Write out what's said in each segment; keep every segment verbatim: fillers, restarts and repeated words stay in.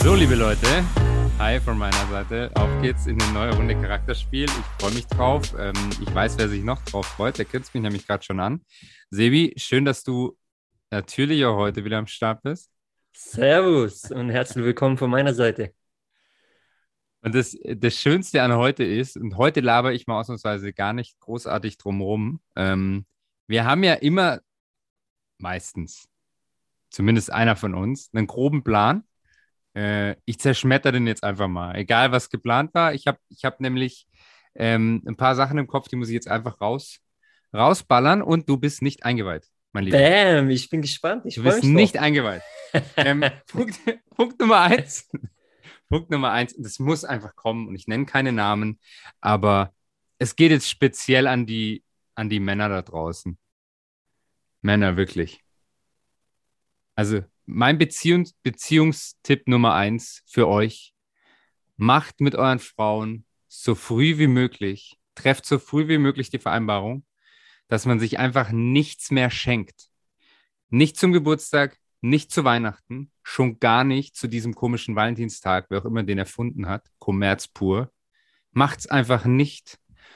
So, liebe Leute, hi von meiner Seite. Auf geht's in eine neue Runde Charakterspiel. Ich freue mich drauf. Ähm, ich weiß, wer sich noch drauf freut. Der grinst mich nämlich gerade schon an. Sebi, schön, dass du natürlich auch heute wieder am Start bist. Servus und herzlich willkommen von meiner Seite. Und das, das Schönste an heute ist, und heute labere ich mal ausnahmsweise gar nicht großartig drumherum. Ähm, wir haben ja immer, meistens, zumindest einer von uns, einen groben Plan. Äh, ich zerschmetter den jetzt einfach mal, egal was geplant war. Ich habe ich hab nämlich ähm, ein paar Sachen im Kopf, die muss ich jetzt einfach raus, rausballern und du bist nicht eingeweiht, mein Lieber. Bam, ich bin gespannt. Ich Du freue bist mich nicht drauf. eingeweiht. ähm, Punkt, Punkt Nummer eins. Punkt Nummer eins, das muss einfach kommen und ich nenne keine Namen, aber es geht jetzt speziell an die, an die Männer da draußen. Männer, wirklich. Also mein Beziehungs Beziehungstipp Nummer eins für euch, macht mit euren Frauen so früh wie möglich, trefft so früh wie möglich die Vereinbarung, dass man sich einfach nichts mehr schenkt. Nicht zum Geburtstag, nicht zu Weihnachten, schon gar nicht zu diesem komischen Valentinstag, wer auch immer den erfunden hat, Kommerz pur. Macht's einfach nicht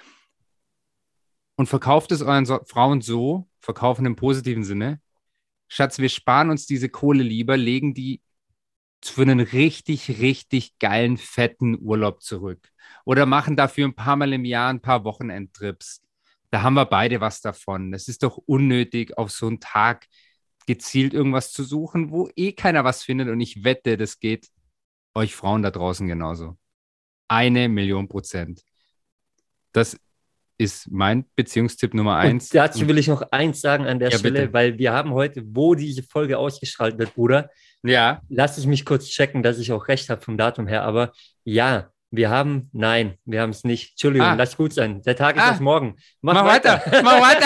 und verkauft es euren so Frauen so, verkaufen im positiven Sinne. Schatz, wir sparen uns diese Kohle lieber, legen die für einen richtig, richtig geilen, fetten Urlaub zurück. Oder machen dafür ein paar Mal im Jahr ein paar Wochenendtrips. Da haben wir beide was davon. Es ist doch unnötig, auf so einen Tag gezielt irgendwas zu suchen, wo eh keiner was findet. Und ich wette, das geht euch Frauen da draußen genauso. Eine Million Prozent. Das ist mein Beziehungstipp Nummer eins. Und dazu will ich noch eins sagen an der Ja, Stelle, bitte. weil wir haben heute, wo diese Folge ausgestrahlt wird, Bruder, Ja, lass ich mich kurz checken, dass ich auch recht habe vom Datum her. Aber ja, wir haben, nein, wir haben es nicht. Entschuldigung, Ah. lass gut sein. Der Tag ist Ah. erst morgen. Mach, mach weiter. weiter, mach weiter.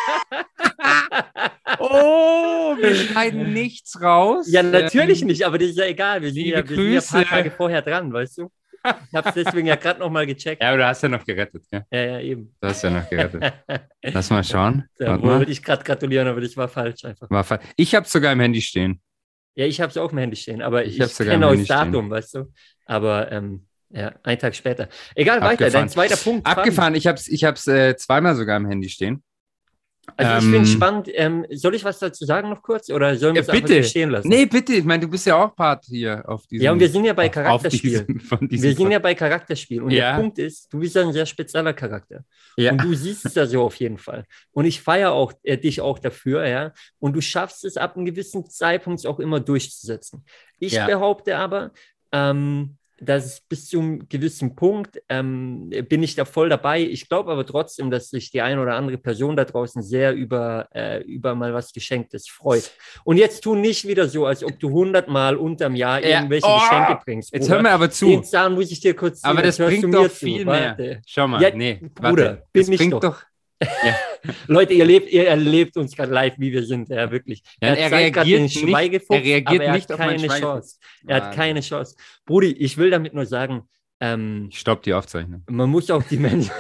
Oh, wir schneiden nichts raus. Ja, natürlich Ähm, nicht, aber das ist ja egal. Wir sind, liebe ja, wir sind ja ein paar Grüße. Tage vorher dran, weißt du? Ich habe es deswegen ja gerade nochmal gecheckt. Ja, aber du hast ja noch gerettet, ja? Ja, ja, eben. Du hast ja noch gerettet. Lass mal schauen. Da Warte mal. wollte ich gerade gratulieren, aber das war falsch einfach. War fa- ich habe sogar im Handy stehen. Ja, ich habe es auch im Handy stehen, aber Ich ich, hab's sogar kenne im auch Handy das Datum, weißt du. Aber ähm, ja, ein Tag später. Egal, weiter. Abgefahren. Dein zweiter Punkt. Abgefahren. Ich habe es ich hab's, äh, zweimal sogar im Handy stehen. Also ich Ähm, finde es spannend. Ähm, soll ich was dazu sagen noch kurz oder sollen wir Ja, es einfach bitte. so stehen lassen? Nee, bitte. Ich meine, du bist ja auch Part hier auf diesem. Ja, und wir sind ja bei auf, Charakterspiel. Auf diesem, von diesem Wir sind ja bei Charakterspiel. Und Ja. der Punkt ist, du bist ja ein sehr spezieller Charakter. Ja. Und du siehst es ja so auf jeden Fall. Und ich feiere auch äh, dich auch dafür, ja. Und du schaffst es ab einem gewissen Zeitpunkt auch immer durchzusetzen. Ich Ja. behaupte aber, ähm, dass es bis zu einem gewissen Punkt ähm, bin ich da voll dabei. Ich glaube aber trotzdem, dass sich die eine oder andere Person da draußen sehr über, äh, über mal was Geschenktes freut. Und jetzt tu nicht wieder so, als ob du hundertmal unterm Jahr Ja. irgendwelche Oh! Geschenke bringst. Jetzt Bruder. hör mir aber zu. Den Zahn muss ich dir kurz ziehen. Aber das Jetzt hörst du bringt mir doch zu. viel Warte. mehr. Schau mal. Ja, nee, Bruder, warte. bin das ich bringt doch. doch. Ja. Leute, ihr, lebt, ihr erlebt uns gerade live, wie wir sind, ja, wirklich. Ja, er er zeigt gerade reagiert den nicht- Schweigefuchs, er reagiert aber er nicht hat auf meinen keine Schweigefuchs. Chance. Er hat Wahnsinn. keine Chance. Brudi, ich will damit nur sagen, ähm, Ich stopp die Aufzeichnung. man muss auch die Menschen,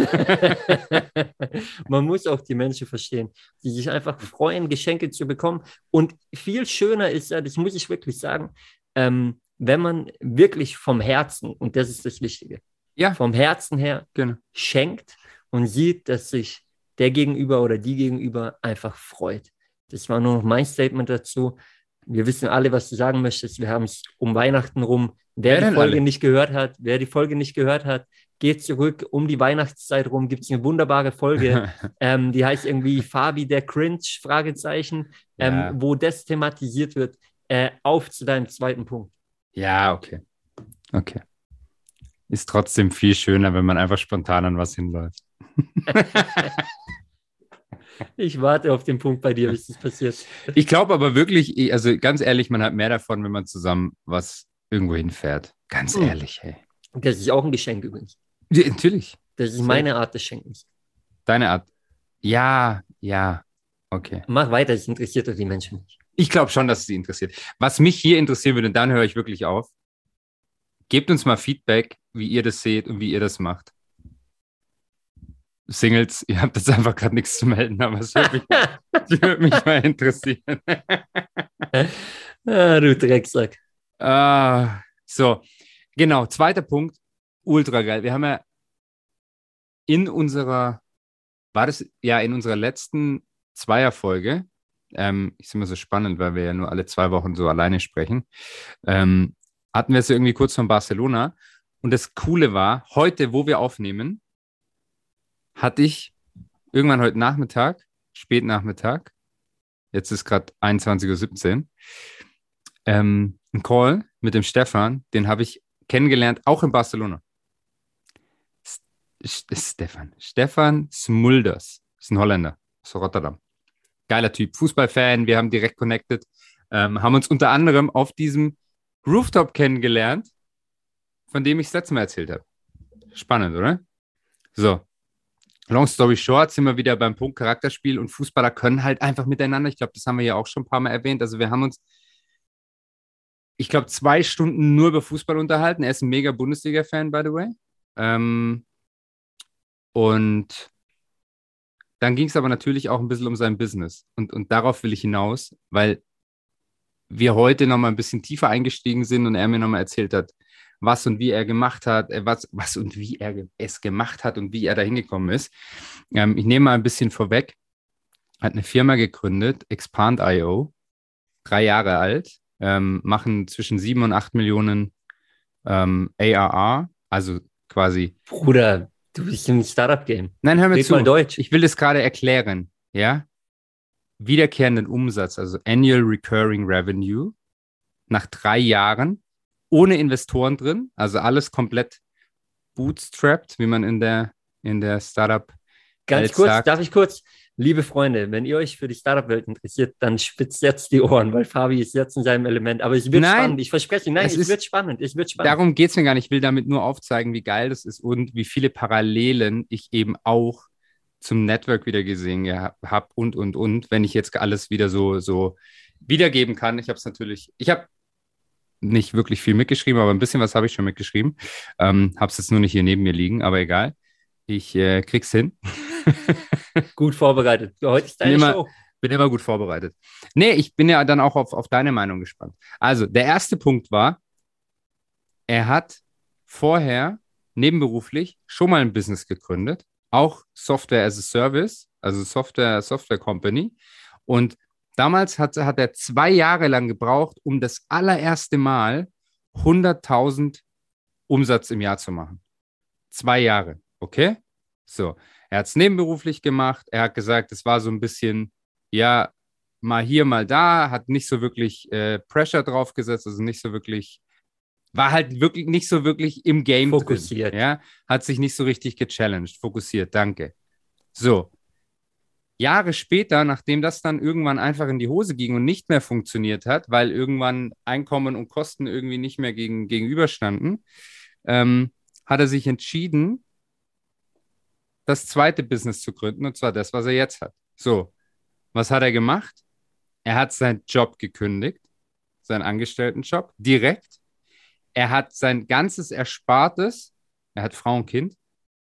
man muss auch die Menschen verstehen, die sich einfach freuen, Geschenke zu bekommen. Und viel schöner ist ja, das muss ich wirklich sagen, ähm, wenn man wirklich vom Herzen, und das ist das Wichtige, Ja, vom Herzen her genau. schenkt und sieht, dass sich der Gegenüber oder die Gegenüber einfach freut. Das war nur noch mein Statement dazu. Wir wissen alle, was du sagen möchtest. Wir haben es um Weihnachten rum. Wer Wer die denn Folge alle? nicht gehört hat, wer die Folge nicht gehört hat, geht zurück. Um die Weihnachtszeit rum gibt es eine wunderbare Folge, ähm, die heißt irgendwie Fabi der Cringe, Fragezeichen, ähm, Ja. wo das thematisiert wird. Äh, auf zu deinem zweiten Punkt. Ja, okay. Okay. Ist trotzdem viel schöner, wenn man einfach spontan an was hinläuft. Ich warte auf den Punkt bei dir, bis das passiert. Ich glaube aber wirklich, eh, also ganz ehrlich, man hat mehr davon, wenn man zusammen was irgendwo hinfährt. Ganz Hm. ehrlich, hey. Das ist auch ein Geschenk übrigens. Ja, natürlich. Das ist Safe. meine Art des Schenkens. Deine Art. Ja, ja. Okay. Mach weiter, das interessiert doch die Menschen nicht. Ich glaube schon, dass es sie interessiert. Was mich hier interessieren würde, und dann höre ich wirklich auf. Gebt uns mal Feedback, wie ihr das seht und wie ihr das macht. Singles, ihr habt jetzt einfach gerade nichts zu melden, aber es würde mich, es würde mich mal interessieren. Ah, du Drecksack. Ah, So, genau, zweiter Punkt, ultra geil. Wir haben ja in unserer, war das ja in unserer letzten Zweierfolge, ähm, ist immer so spannend, weil wir ja nur alle zwei Wochen so alleine sprechen, ähm, hatten wir es ja irgendwie kurz von Barcelona. Und das Coole war, heute, wo wir aufnehmen, hatte ich irgendwann heute Nachmittag, spät Nachmittag, jetzt ist gerade einundzwanzig Uhr siebzehn, ähm, einen Call mit dem Stefan, den habe ich kennengelernt, auch in Barcelona. Stefan, Stefan Smulders, ist ein Holländer aus Rotterdam. Geiler Typ, Fußballfan, wir haben direkt connected, ähm, haben uns unter anderem auf diesem Rooftop kennengelernt, von dem ich das letzte Mal erzählt habe. Spannend, oder? So, long story short, sind wir wieder beim Punkt Charakterspiel und Fußballer können halt einfach miteinander. Ich glaube, das haben wir ja auch schon ein paar Mal erwähnt. Also wir haben uns, ich glaube, zwei Stunden nur über Fußball unterhalten. Er ist ein mega Bundesliga-Fan, by the way. Ähm, und dann ging es aber natürlich auch ein bisschen um sein Business. Und, und darauf will ich hinaus, weil wir heute nochmal ein bisschen tiefer eingestiegen sind und er mir nochmal erzählt hat, was und wie er gemacht hat, äh, was, was und wie er es gemacht hat und wie er da hingekommen ist. Ähm, ich nehme mal ein bisschen vorweg. Er hat eine Firma gegründet, Expand Punkt i o, drei Jahre alt, ähm, machen zwischen sieben und acht Millionen ähm, A R R, also quasi. Bruder, du bist im Startup-Game. Nein, hör mir Red zu. mal Deutsch. Ich will das gerade erklären, ja? Wiederkehrenden Umsatz, also Annual Recurring Revenue, nach drei Jahren, ohne Investoren drin, also alles komplett bootstrapped, wie man in der, in der Startup Ganz kurz, sagt. Darf ich kurz, liebe Freunde, wenn ihr euch für die Startup-Welt interessiert, dann spitzt jetzt die Ohren, weil Fabi ist jetzt in seinem Element. Aber es wird nein, spannend, ich verspreche, nein, es, es wird spannend, es wird spannend. Darum geht es mir gar nicht, ich will damit nur aufzeigen, wie geil das ist und wie viele Parallelen ich eben auch zum Network wieder gesehen habe und, und, und, wenn ich jetzt alles wieder so, so wiedergeben kann. Ich habe es natürlich, ich habe nicht wirklich viel mitgeschrieben, aber ein bisschen was habe ich schon mitgeschrieben. Ähm, habe es jetzt nur nicht hier neben mir liegen, aber egal. Ich äh, krieg's hin. Gut vorbereitet. Heute ist deine bin immer, Show. Bin immer gut vorbereitet. Nee, ich bin ja dann auch auf, auf deine Meinung gespannt. Also, der erste Punkt war, er hat vorher nebenberuflich schon mal ein Business gegründet, auch Software as a Service, also Software, Software Company. Und damals hat, hat er zwei Jahre lang gebraucht, um das allererste Mal hunderttausend Umsatz im Jahr zu machen. Zwei Jahre, okay? So, er hat es nebenberuflich gemacht. Er hat gesagt, es war so ein bisschen, ja, mal hier, mal da, hat nicht so wirklich äh, Pressure drauf gesetzt, also nicht so wirklich, war halt wirklich nicht so wirklich im Game fokussiert. Drin, ja, hat sich nicht so richtig gechallenged, fokussiert, danke. So, Jahre später, nachdem das dann irgendwann einfach in die Hose ging und nicht mehr funktioniert hat, weil irgendwann Einkommen und Kosten irgendwie nicht mehr gegen, gegenüberstanden, ähm, hat er sich entschieden, das zweite Business zu gründen, und zwar das, was er jetzt hat. So, was hat er gemacht? Er hat seinen Job gekündigt, seinen Angestelltenjob, direkt. Er hat sein ganzes Erspartes, er hat Frau und Kind,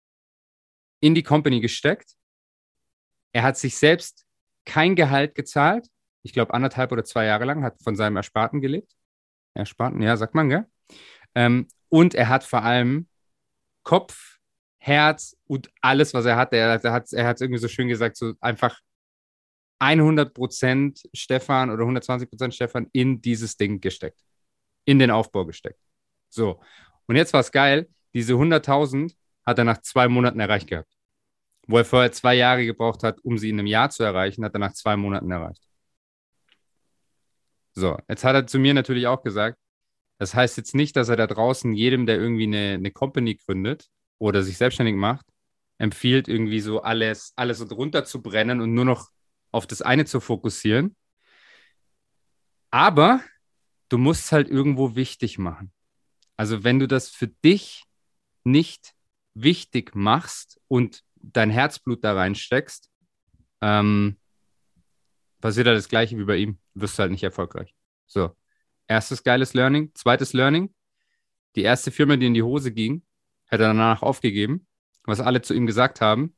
in die Company gesteckt. Er hat sich selbst kein Gehalt gezahlt. Ich glaube, anderthalb oder zwei Jahre lang, hat von seinem Ersparten gelebt. Ersparten, ja, sagt man, gell? Ähm, und er hat vor allem Kopf, Herz und alles, was er hat. Er, er hat es er irgendwie so schön gesagt, so einfach hundert Prozent Stefan oder hundertzwanzig Prozent Stefan in dieses Ding gesteckt. In den Aufbau gesteckt. So. Und jetzt war es geil. Diese hunderttausend hat er nach zwei Monaten erreicht gehabt. Wo er vorher zwei Jahre gebraucht hat, um sie in einem Jahr zu erreichen, hat er nach zwei Monaten erreicht. So, jetzt hat er zu mir natürlich auch gesagt, das heißt jetzt nicht, dass er da draußen jedem, der irgendwie eine, eine Company gründet oder sich selbstständig macht, empfiehlt, irgendwie so alles, alles so drunter zu brennen und nur noch auf das eine zu fokussieren. Aber du musst es halt irgendwo wichtig machen. Also wenn du das für dich nicht wichtig machst und dein Herzblut da reinsteckst, ähm, passiert halt das Gleiche wie bei ihm. Du wirst halt nicht erfolgreich. So, erstes geiles Learning. Zweites Learning. Die erste Firma, die in die Hose ging, hat er danach aufgegeben. Was alle zu ihm gesagt haben,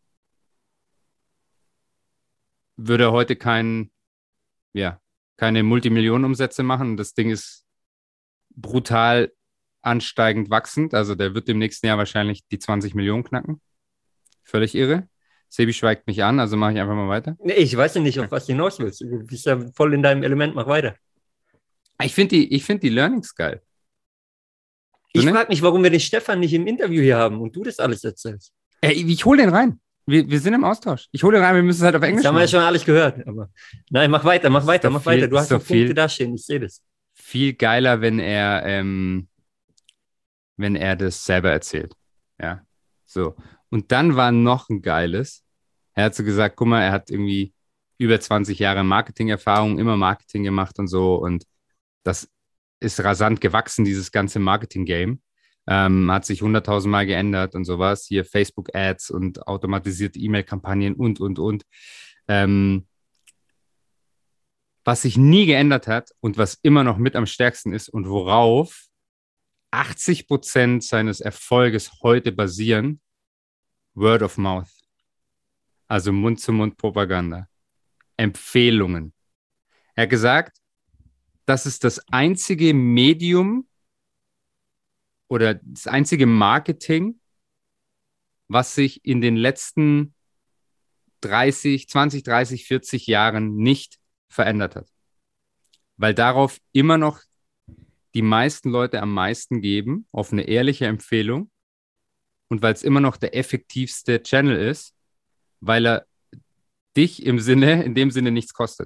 würde er heute kein, ja, keine Multimillionenumsätze machen. Das Ding ist brutal ansteigend wachsend. Also der wird im nächsten Jahr wahrscheinlich die zwanzig Millionen knacken. Völlig irre. Sebi schweigt mich an, also mache ich einfach mal weiter. Nee, ich weiß ja nicht, auf was du hinaus willst. Du bist ja voll in deinem Element, mach weiter. Ich finde die, ich find die Learnings geil. Du Ich ne? frage mich, warum wir den Stefan nicht im Interview hier haben und du das alles erzählst. Ey, ich hole den rein. Wir, wir sind im Austausch. Ich hole den rein, wir müssen es halt auf Englisch Das haben wir ja machen. schon alles gehört. Aber nein, mach weiter, mach weiter, mach viel, weiter. Du hast noch viel, Punkte dastehen, ich sehe das. Viel geiler, wenn er, ähm, wenn er das selber erzählt. Ja, so. Und dann war noch ein geiles. Er hat so gesagt, guck mal, er hat irgendwie über zwanzig Jahre Marketing-Erfahrung, immer Marketing gemacht und so. Und das ist rasant gewachsen, dieses ganze Marketing-Game. Ähm, hat sich hunderttausend Mal geändert und sowas. Hier Facebook-Ads und automatisierte E-Mail-Kampagnen und, und, und. Ähm, was sich nie geändert hat und was immer noch mit am stärksten ist und worauf achtzig Prozent seines Erfolges heute basieren, Word of Mouth. Also Mund-zu-Mund-Propaganda. Empfehlungen. Er hat gesagt, das ist das einzige Medium oder das einzige Marketing, was sich in den letzten dreißig, zwanzig, dreißig, vierzig Jahren nicht verändert hat. Weil darauf immer noch die meisten Leute am meisten geben, auf eine ehrliche Empfehlung und weil es immer noch der effektivste Channel ist, weil er dich im Sinne, in dem Sinne nichts kostet.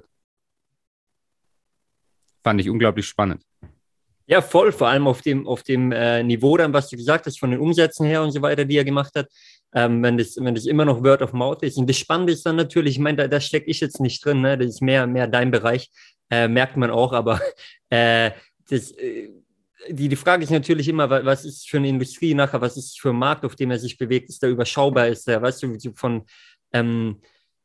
Fand ich unglaublich spannend. Ja, voll, vor allem auf dem, auf dem äh, Niveau dann, was du gesagt hast, von den Umsätzen her und so weiter, die er gemacht hat, ähm, wenn, das, wenn das immer noch Word of Mouth ist. Und das Spannende ist dann natürlich, ich meine, da, da stecke ich jetzt nicht drin, ne? Das ist mehr, mehr dein Bereich, äh, merkt man auch, aber äh, das, äh, die, die Frage ist natürlich immer, was ist für eine Industrie nachher, was ist für ein Markt, auf dem er sich bewegt, ist der überschaubar, ist der, weißt du, von ähm,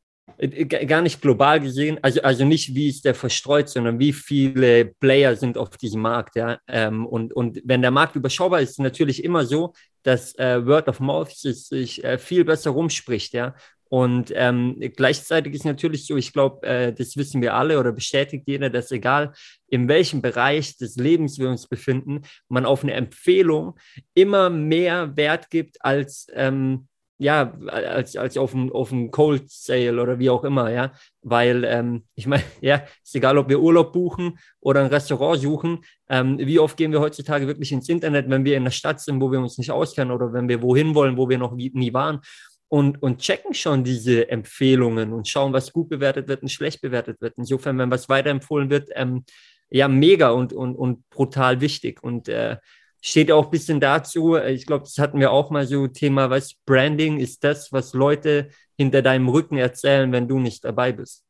gar nicht global gesehen, also, also nicht, wie ist der verstreut, sondern wie viele Player sind auf diesem Markt. Ja? Ähm, und, und wenn der Markt überschaubar ist, ist es natürlich immer so, dass äh, Word of Mouth sich, sich äh, viel besser rumspricht. Ja? Und ähm, gleichzeitig ist natürlich so, ich glaube, äh, das wissen wir alle oder bestätigt jeder, dass egal in welchem Bereich des Lebens wir uns befinden, man auf eine Empfehlung immer mehr Wert gibt als ähm, ja, als, als auf dem auf dem Cold Sale oder wie auch immer, ja, weil ähm, ich meine, ja, ist egal, ob wir Urlaub buchen oder ein Restaurant suchen, ähm, wie oft gehen wir heutzutage wirklich ins Internet, wenn wir in der Stadt sind, wo wir uns nicht auskennen oder wenn wir wohin wollen, wo wir noch nie, nie waren und, und checken schon diese Empfehlungen und schauen, was gut bewertet wird und schlecht bewertet wird. Insofern, wenn was weiterempfohlen wird, ähm, ja, mega und, und, und brutal wichtig und äh, steht auch ein bisschen dazu, ich glaube, das hatten wir auch mal so Thema, was Branding ist das, was Leute hinter deinem Rücken erzählen, wenn du nicht dabei bist.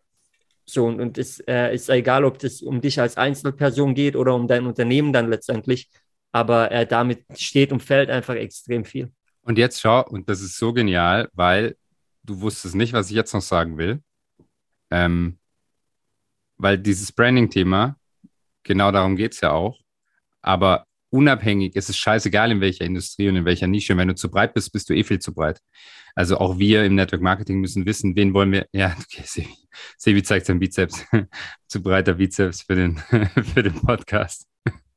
So, und, und es äh, ist egal, ob das um dich als Einzelperson geht oder um dein Unternehmen dann letztendlich, aber äh, damit steht und fällt einfach extrem viel. Und jetzt schau, und das ist so genial, weil du wusstest nicht, was ich jetzt noch sagen will, ähm, weil dieses Branding-Thema, genau darum geht es ja auch, aber unabhängig, es ist scheißegal, in welcher Industrie und in welcher Nische. Wenn du zu breit bist, bist du eh viel zu breit. Also auch wir im Network Marketing müssen wissen, wen wollen wir, ja, okay, Sebi, Sebi zeigt seinen Bizeps, zu breiter Bizeps für den, für den Podcast.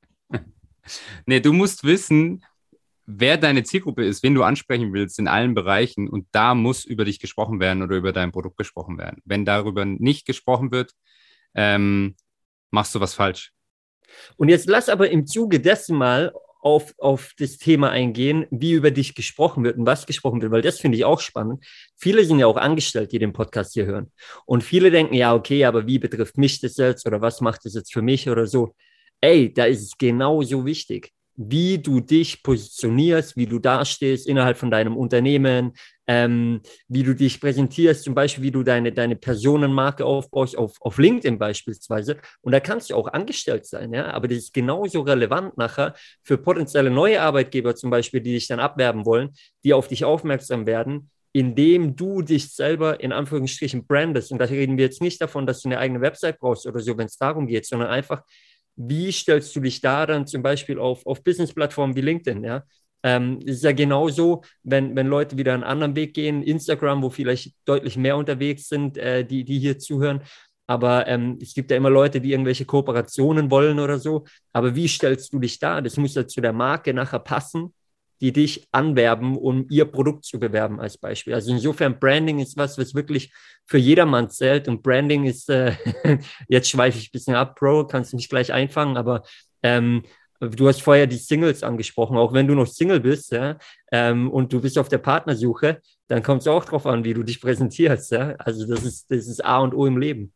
Nee, du musst wissen, wer deine Zielgruppe ist, wen du ansprechen willst in allen Bereichen und da muss über dich gesprochen werden oder über dein Produkt gesprochen werden. Wenn darüber nicht gesprochen wird, ähm, machst du was falsch. Und jetzt lass aber im Zuge dessen mal auf, auf das Thema eingehen, wie über dich gesprochen wird und was gesprochen wird, weil das finde ich auch spannend. Viele sind ja auch angestellt, die den Podcast hier hören. Und viele denken, ja, okay, aber wie betrifft mich das jetzt oder was macht das jetzt für mich oder so? Ey, da ist es genauso wichtig, wie du dich positionierst, wie du dastehst innerhalb von deinem Unternehmen, ähm, wie du dich präsentierst, zum Beispiel, wie du deine, deine Personenmarke aufbaust, auf, auf LinkedIn beispielsweise. Und da kannst du auch angestellt sein, ja, aber das ist genauso relevant nachher für potenzielle neue Arbeitgeber zum Beispiel, die dich dann abwerben wollen, die auf dich aufmerksam werden, indem du dich selber in Anführungsstrichen brandest. Und da reden wir jetzt nicht davon, dass du eine eigene Website brauchst oder so, wenn es darum geht, sondern einfach, wie stellst du dich da dann zum Beispiel auf, auf Business-Plattformen wie LinkedIn, ja? Ähm, es ist ja genauso, wenn, wenn Leute wieder einen anderen Weg gehen, Instagram, wo vielleicht deutlich mehr unterwegs sind, äh, die, die hier zuhören, aber ähm, es gibt ja immer Leute, die irgendwelche Kooperationen wollen oder so. Aber wie stellst du dich da? Das muss ja zu der Marke nachher passen, die dich anwerben, um ihr Produkt zu bewerben als Beispiel. Also insofern, Branding ist was, was wirklich für jedermann zählt. Und Branding ist, äh, jetzt schweife ich ein bisschen ab, Bro, kannst du mich gleich einfangen, aber ähm, du hast vorher die Singles angesprochen, auch wenn du noch Single bist, ja, ähm, und du bist auf der Partnersuche, dann kommt es auch drauf an, wie du dich präsentierst. Ja? Also das ist, das ist A und O im Leben.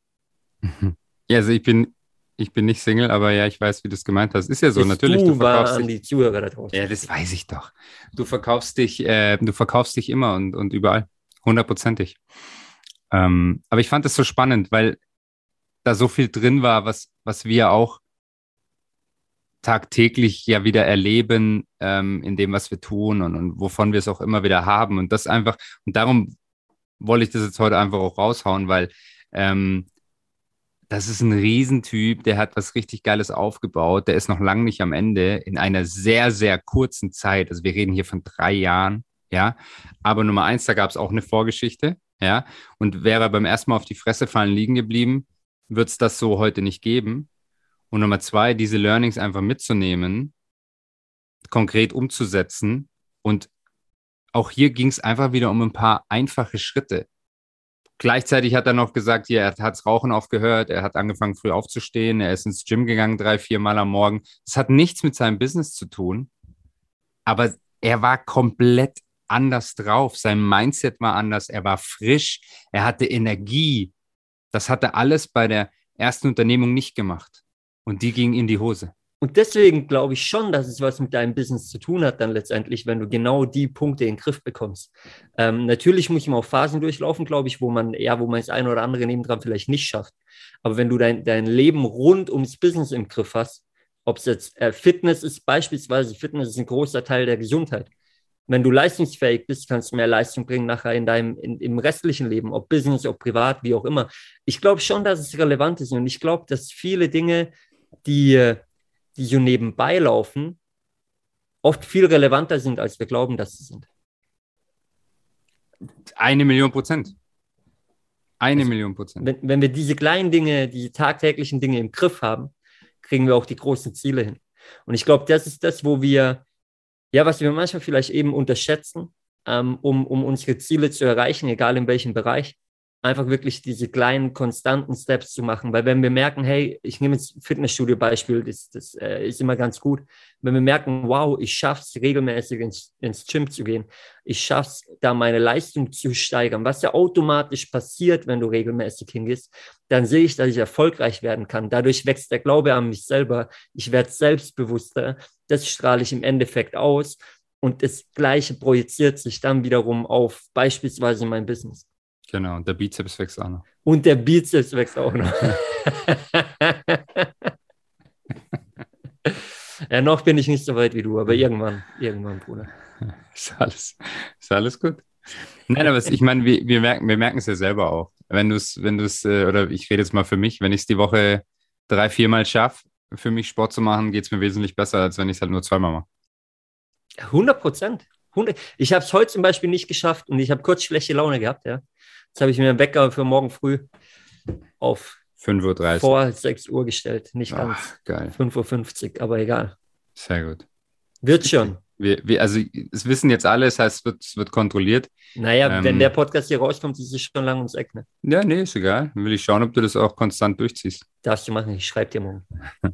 Ja, also ich bin, ich bin nicht Single, aber ja, ich weiß, wie du es gemeint hast. Ist ja so, Das natürlich, Du du war verkaufst an dich. die Zuhörer da draußen. Ja, das weiß ich doch. Du verkaufst dich, äh, du verkaufst dich immer und, und überall. Hundertprozentig. Ähm, aber ich fand es so spannend, weil da so viel drin war, was, was wir auch tagtäglich ja wieder erleben, ähm, in dem, was wir tun und, und wovon wir es auch immer wieder haben. Und das einfach, und darum wollte ich das jetzt heute einfach auch raushauen, weil ähm, das ist ein Riesentyp, der hat was richtig Geiles aufgebaut, der ist noch lange nicht am Ende, in einer sehr, sehr kurzen Zeit. Also wir reden hier von drei Jahren, ja. Aber Nummer eins, da gab es auch eine Vorgeschichte, ja. Und wäre er beim ersten Mal auf die Fresse fallen liegen geblieben, wird es das so heute nicht geben. Und Nummer zwei, diese Learnings einfach mitzunehmen, konkret umzusetzen. Und auch hier ging es einfach wieder um ein paar einfache Schritte. Gleichzeitig hat er noch gesagt, ja, er hat das Rauchen aufgehört, er hat angefangen früh aufzustehen, er ist ins Gym gegangen, drei, vier Mal am Morgen. Das hat nichts mit seinem Business zu tun, aber er war komplett anders drauf. Sein Mindset war anders, er war frisch, er hatte Energie. Das hat er alles bei der ersten Unternehmung nicht gemacht. Und die ging in die Hose. Und deswegen glaube ich schon, dass es was mit deinem Business zu tun hat, dann letztendlich, wenn du genau die Punkte in den Griff bekommst. Ähm, natürlich muss man auch Phasen durchlaufen, glaube ich, wo man, ja, wo man das eine oder andere nebendran vielleicht nicht schafft. Aber wenn du dein, dein Leben rund ums Business im Griff hast, ob es jetzt äh, Fitness ist, beispielsweise, Fitness ist ein großer Teil der Gesundheit. Wenn du leistungsfähig bist, kannst du mehr Leistung bringen nachher in deinem, in, im restlichen Leben, ob Business, ob privat, wie auch immer. Ich glaube schon, dass es relevant ist und ich glaube, dass viele Dinge, die die so nebenbei laufen, oft viel relevanter sind, als wir glauben, dass sie sind. Eine Million Prozent. Eine also, Million Prozent. Wenn, wenn wir diese kleinen Dinge, diese tagtäglichen Dinge im Griff haben, kriegen wir auch die großen Ziele hin. Und ich glaube, das ist das, wo wir, ja, was wir manchmal vielleicht eben unterschätzen, ähm, um, um unsere Ziele zu erreichen, egal in welchem Bereich. Einfach wirklich diese kleinen, konstanten Steps zu machen. Weil wenn wir merken, hey, ich nehme jetzt Fitnessstudio-Beispiel, das, das äh, ist immer ganz gut. Wenn wir merken, wow, ich schaffe es, regelmäßig ins, ins Gym zu gehen, ich schaffe es, da meine Leistung zu steigern, was ja automatisch passiert, wenn du regelmäßig hingehst, dann sehe ich, dass ich erfolgreich werden kann. Dadurch wächst der Glaube an mich selber. Ich werde selbstbewusster. Das strahle ich im Endeffekt aus. Und das Gleiche projiziert sich dann wiederum auf beispielsweise mein Business. Genau, und der Bizeps wächst auch noch. Und der Bizeps wächst auch noch. Ja, noch bin ich nicht so weit wie du, aber irgendwann, irgendwann, Bruder. Ist alles, ist alles gut. Nein, aber es, ich meine, wir, wir merken wir merken es ja selber auch. Wenn du es, wenn du es, oder ich rede jetzt mal für mich, wenn ich es die Woche drei, viermal schaffe, für mich Sport zu machen, geht es mir wesentlich besser, als wenn ich es halt nur zweimal mache. hundert Prozent. Ich habe es heute zum Beispiel nicht geschafft und ich habe kurz schlechte Laune gehabt, ja. Jetzt habe ich mir einen Wecker für morgen früh auf fünf Uhr dreißig vor sechs Uhr gestellt. Nicht ganz. Ach, geil. fünf Uhr fünfzig, aber egal. Sehr gut. Wird schon. Wir, wir, also es wissen jetzt alle, das heißt, es wird, es wird kontrolliert. Naja, ähm, wenn der Podcast hier rauskommt, ist es schon lang ums Eck. Ne? Ja, nee, ist egal. Dann will ich schauen, ob du das auch konstant durchziehst. Darfst du machen, ich schreibe dir morgen.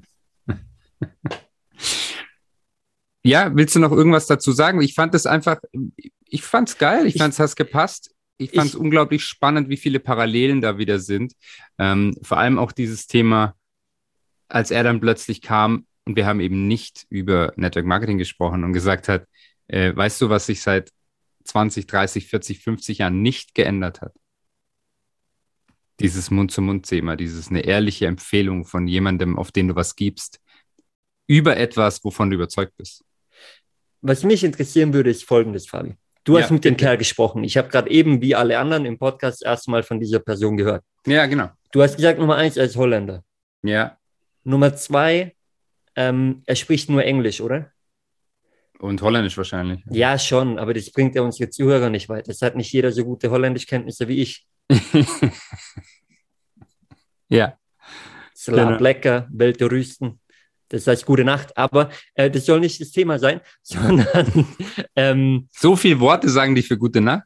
Ja, willst du noch irgendwas dazu sagen? Ich fand es einfach, ich fand es geil, ich, ich fand es hat gepasst. Ich fand es unglaublich spannend, wie viele Parallelen da wieder sind. Ähm, vor allem auch dieses Thema, als er dann plötzlich kam und wir haben eben nicht über Network Marketing gesprochen und gesagt hat, äh, weißt du, was sich seit zwanzig, dreißig, vierzig, fünfzig Jahren nicht geändert hat? Dieses Mund-zu-Mund-Thema, dieses eine ehrliche Empfehlung von jemandem, auf den du was gibst, über etwas, wovon du überzeugt bist. Was mich interessieren würde, ist Folgendes, Fabi. Du hast ja, mit dem bitte. Kerl gesprochen. Ich habe gerade eben, wie alle anderen im Podcast, erstmal von dieser Person gehört. Ja, genau. Du hast gesagt, Nummer eins, er ist Holländer. Ja. Nummer zwei, ähm, er spricht nur Englisch, oder? Und Holländisch wahrscheinlich. Ja, schon, aber das bringt ja unsere Zuhörer nicht weiter. Es hat nicht jeder so gute Holländischkenntnisse wie ich. Ja. Slab Genau. lecker, Welt rüsten. Das heißt gute Nacht. Aber äh, das soll nicht das Thema sein, sondern ähm, So viele Worte sagen die für gute Nacht?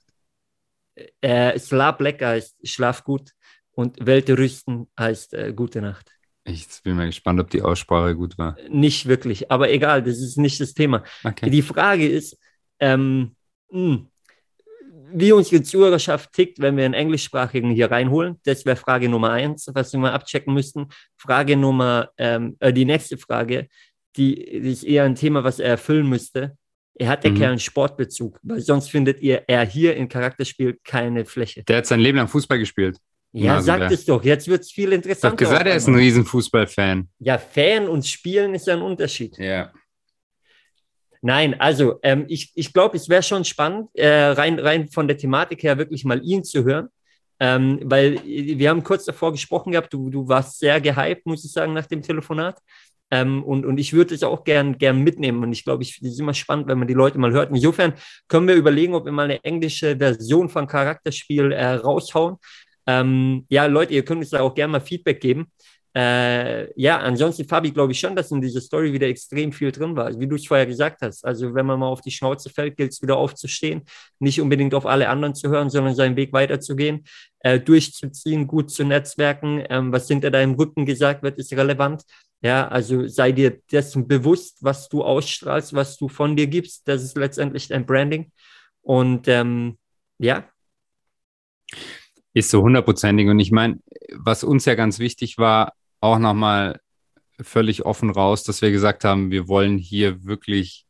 äh, Slab lecker heißt schlaf gut und Welt rüsten heißt äh, gute Nacht. Ich bin mal gespannt, ob die Aussprache gut war. Nicht wirklich, aber egal, das ist nicht das Thema. Okay. Die Frage ist, ähm, mh, wie unsere Zuhörerschaft tickt, wenn wir einen Englischsprachigen hier reinholen. Das wäre Frage Nummer eins, was wir mal abchecken müssten. Frage Nummer, ähm, äh, die nächste Frage, die, die ist eher ein Thema, was er erfüllen müsste. Er hat der Mhm. Kerl einen Sportbezug, weil sonst findet ihr er hier in Charakterspiel keine Fläche. Der hat sein Leben lang Fußball gespielt. Ja, Also sagt der- es doch. Jetzt wird es viel Ich habe interessanter. gesagt, auf er ist ein einmal. riesen Fußballfan. Ja, Fan und Spielen ist ja ein Unterschied. Ja. Nein, also ähm, ich, ich glaube, es wäre schon spannend, äh, rein, rein von der Thematik her wirklich mal ihn zu hören, ähm, weil wir haben kurz davor gesprochen gehabt, du, du warst sehr gehypt, muss ich sagen, nach dem Telefonat. Ähm, und, und ich würde es auch gern, gern mitnehmen. Und ich glaube, es ist immer spannend, wenn man die Leute mal hört. Insofern können wir überlegen, ob wir mal eine englische Version von Charakterspiel äh, raushauen. Ähm, ja, Leute, ihr könnt uns da auch gerne mal Feedback geben. Äh, ja, ansonsten, Fabi, glaube ich schon, dass in dieser Story wieder extrem viel drin war, wie du es vorher gesagt hast. Also wenn man mal auf die Schnauze fällt, gilt es wieder aufzustehen, nicht unbedingt auf alle anderen zu hören, sondern seinen Weg weiterzugehen, äh, durchzuziehen, gut zu netzwerken. Ähm, was hinter deinem Rücken gesagt wird, ist relevant. Ja, also sei dir dessen bewusst, was du ausstrahlst, was du von dir gibst. Das ist letztendlich dein Branding. Und ähm, ja. Ist so hundertprozentig. Und ich meine, was uns ja ganz wichtig war, auch nochmal völlig offen raus, dass wir gesagt haben, wir wollen hier wirklich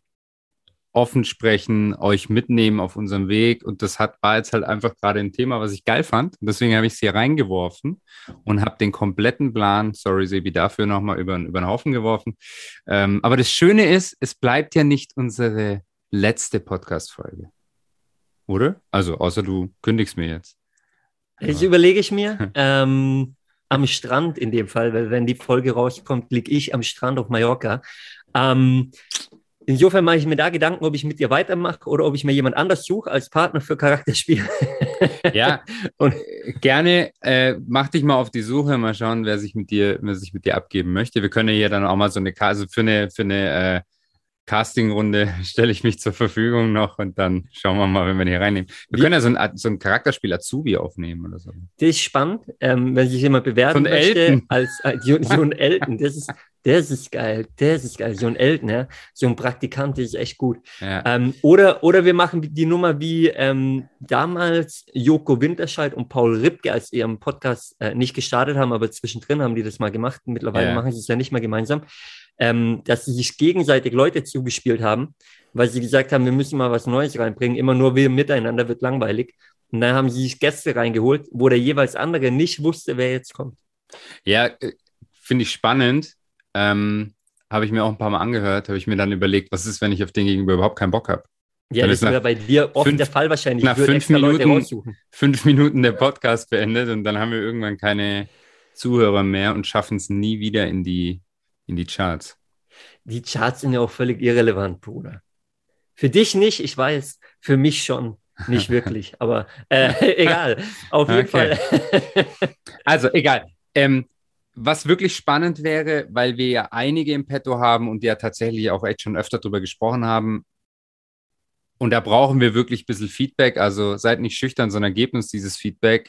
offen sprechen, euch mitnehmen auf unserem Weg. Und das hat, war jetzt halt einfach gerade ein Thema, was ich geil fand. Und deswegen habe ich es hier reingeworfen und habe den kompletten Plan, sorry Sebi, dafür nochmal über, über den Haufen geworfen. Ähm, aber das Schöne ist, es bleibt ja nicht unsere letzte Podcast-Folge. Oder? Also, außer du kündigst mir jetzt. Das überlege ich mir. Ähm, am Strand in dem Fall, weil wenn die Folge rauskommt, liege ich am Strand auf Mallorca. Ähm, insofern mache ich mir da Gedanken, ob ich mit dir weitermache oder ob ich mir jemand anders suche als Partner für Charakterspiel. Ja, und gerne äh, mach dich mal auf die Suche, mal schauen, wer sich mit dir, wer sich mit dir abgeben möchte. Wir können ja hier dann auch mal so eine, also für eine, für eine äh, Casting-Runde stelle ich mich zur Verfügung noch und dann schauen wir mal, wenn wir die hier reinnehmen. Wir Wie? können ja so ein, so ein Charakterspiel Azubi aufnehmen oder so. Das ist spannend, ähm, wenn sich jemand bewerben So ein möchte Elton. als, als so, so ein Elton. Das ist, das ist geil, das ist geil. So ein Elton, ja. So ein Praktikant, das ist echt gut. Ja. Ähm, oder, oder wir machen die Nummer wie ähm, damals Joko Winterscheid und Paul Ripke, als sie ihren Podcast äh, nicht gestartet haben, aber zwischendrin haben die das mal gemacht. Mittlerweile Ja. machen sie es ja nicht mehr gemeinsam. Ähm, dass sie sich gegenseitig Leute zugespielt haben, weil sie gesagt haben, wir müssen mal was Neues reinbringen. Immer nur wir miteinander wird langweilig. Und dann haben sie sich Gäste reingeholt, wo der jeweils andere nicht wusste, wer jetzt kommt. Ja, äh, finde ich spannend. Ähm, habe ich mir auch ein paar Mal angehört, habe ich mir dann überlegt, was ist, wenn ich auf den gegenüber überhaupt keinen Bock habe? Ja, Dann das ist nach wäre bei dir oft fünf- der Fall wahrscheinlich. nach Ich würde fünf extra Leute Minuten- raussuchen. Fünf Minuten der Podcast beendet und dann haben wir irgendwann keine Zuhörer mehr und schaffen es nie wieder in die, in die Charts. Die Charts sind ja auch völlig irrelevant, Bruder. Für dich nicht, ich weiß, für mich schon nicht wirklich, aber äh, egal. Auf jeden Okay. Fall. Also, egal. Ähm, was wirklich spannend wäre, weil wir ja einige im Petto haben und ja tatsächlich auch echt schon öfter drüber gesprochen haben, und da brauchen wir wirklich ein bisschen Feedback, also seid nicht schüchtern, sondern gebt uns dieses Feedback.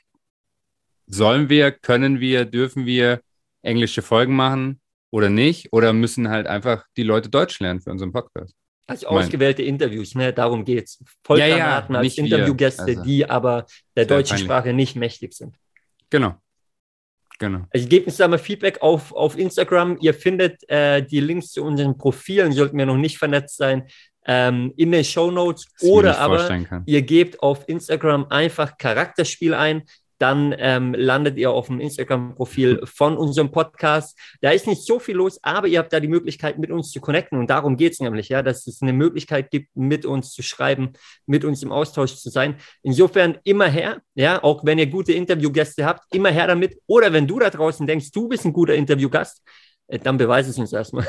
Sollen wir, können wir, dürfen wir englische Folgen machen oder nicht? Oder müssen halt einfach die Leute Deutsch lernen für unseren Podcast? Also mein- ausgewählte Interviews, ne? Darum geht's. Ja, Vollgranaten ja, als nicht wir. Interviewgäste, Also, die aber der sehr deutschen peinlich. Sprache nicht mächtig sind. Genau. Genau. Also gebt uns da mal Feedback auf, auf Instagram. Ihr findet äh, die Links zu unseren Profilen, sollten wir noch nicht vernetzt sein, ähm, in den Shownotes. Was ich mir Oder nicht aber vorstellen kann. ihr gebt auf Instagram einfach Charakterspiel ein. Dann ähm, landet ihr auf dem Instagram-Profil von unserem Podcast. Da ist nicht so viel los, aber ihr habt da die Möglichkeit, mit uns zu connecten. Und darum geht es nämlich, ja, dass es eine Möglichkeit gibt, mit uns zu schreiben, mit uns im Austausch zu sein. Insofern immer her, ja, auch wenn ihr gute Interviewgäste habt, immer her damit. Oder wenn du da draußen denkst, du bist ein guter Interviewgast, äh, dann beweise es uns erstmal.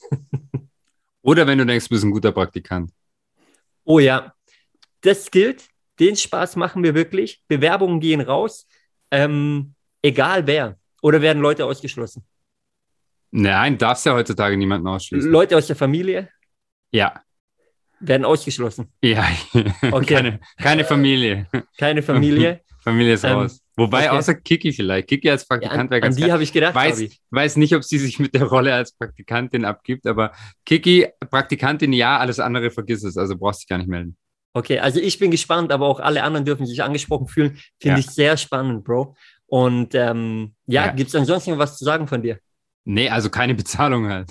Oder wenn du denkst, du bist ein guter Praktikant. Oh ja, das gilt. Den Spaß machen wir wirklich. Bewerbungen gehen raus. Ähm, egal wer. Oder werden Leute ausgeschlossen? Nein, darfst ja heutzutage niemanden ausschließen. Leute aus der Familie Ja. werden ausgeschlossen. Ja, Okay. keine, keine Familie. Keine Familie. Familie ist Ähm, raus. Wobei, okay. außer Kiki vielleicht. Kiki als Ja, Praktikant an, wäre an ganz die geil. habe ich gedacht, Weiß, Fabi. weiß nicht, ob sie sich mit der Rolle als Praktikantin abgibt, aber Kiki, Praktikantin, ja, alles andere vergiss es. Also brauchst dich gar nicht melden. Okay, also ich bin gespannt, aber auch alle anderen dürfen sich angesprochen fühlen. Finde Ja. ich sehr spannend, Bro. Und ähm, ja, Ja. gibt es ansonsten noch was zu sagen von dir? Nee, also keine Bezahlung halt.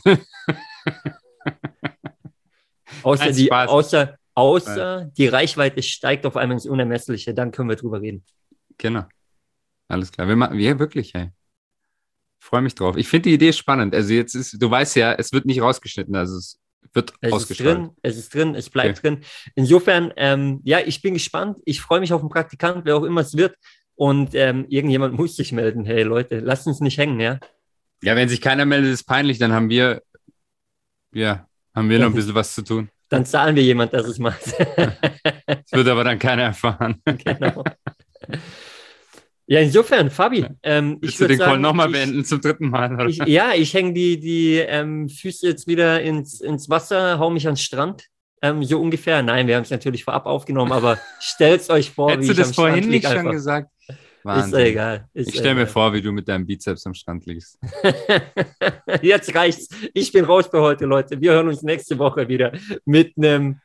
Außer, Nein, die, Spaß. außer, außer die Reichweite steigt auf einmal ins Unermessliche, dann können wir drüber reden. Genau. Alles klar. Wir machen, ja, wirklich, hey. Freue mich drauf. Ich finde die Idee spannend. Also jetzt ist, du weißt ja, es wird nicht rausgeschnitten, also es wird Es ist ausgestrahlt. drin, es ist drin, es bleibt drin. Insofern, ähm, ja, ich bin gespannt. Ich freue mich auf den Praktikant, wer auch immer es wird. Und ähm, irgendjemand muss sich melden. Hey Leute, lasst uns nicht hängen, ja? Ja, wenn sich keiner meldet, ist peinlich, dann haben wir, ja, haben wir noch ein bisschen was zu tun. Dann zahlen wir jemand, dass es macht. Das wird aber dann keiner erfahren. Genau. Ja, insofern, Fabi, ähm, Willst ich du würde den Call sagen, nochmal ich, beenden zum dritten Mal? Oder? ich, ja, ich hänge die, die ähm, Füße jetzt wieder ins, ins Wasser, hau mich ans Strand, ähm, so ungefähr. Nein, wir haben es natürlich vorab aufgenommen, aber stellt euch vor, Hättest wie du ich das am vorhin Strand nicht lieg schon einfach. gesagt? Ist Wahnsinn. ja egal. Ist Ich stelle mir egal. vor, wie du mit deinem Bizeps am Strand liegst. Jetzt reicht's. Ich bin raus für heute, Leute. Wir hören uns nächste Woche wieder mit einem,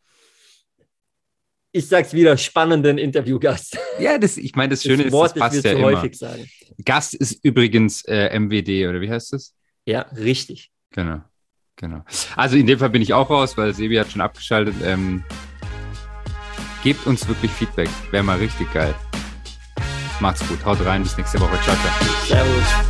ich sag's wieder, spannenden Interviewgast. Ja, das, ich meine, das Schöne Das ist, Wort, das passt das wir ja zu immer. häufig sagen. Gast ist übrigens äh, M W D, oder wie heißt das? Ja, richtig. Genau, genau. Also in dem Fall bin ich auch raus, weil Sebi hat schon abgeschaltet. Ähm, gebt uns wirklich Feedback. Wäre mal richtig geil. Macht's gut. Haut rein. Bis nächste Woche. Ciao, ciao. Servus.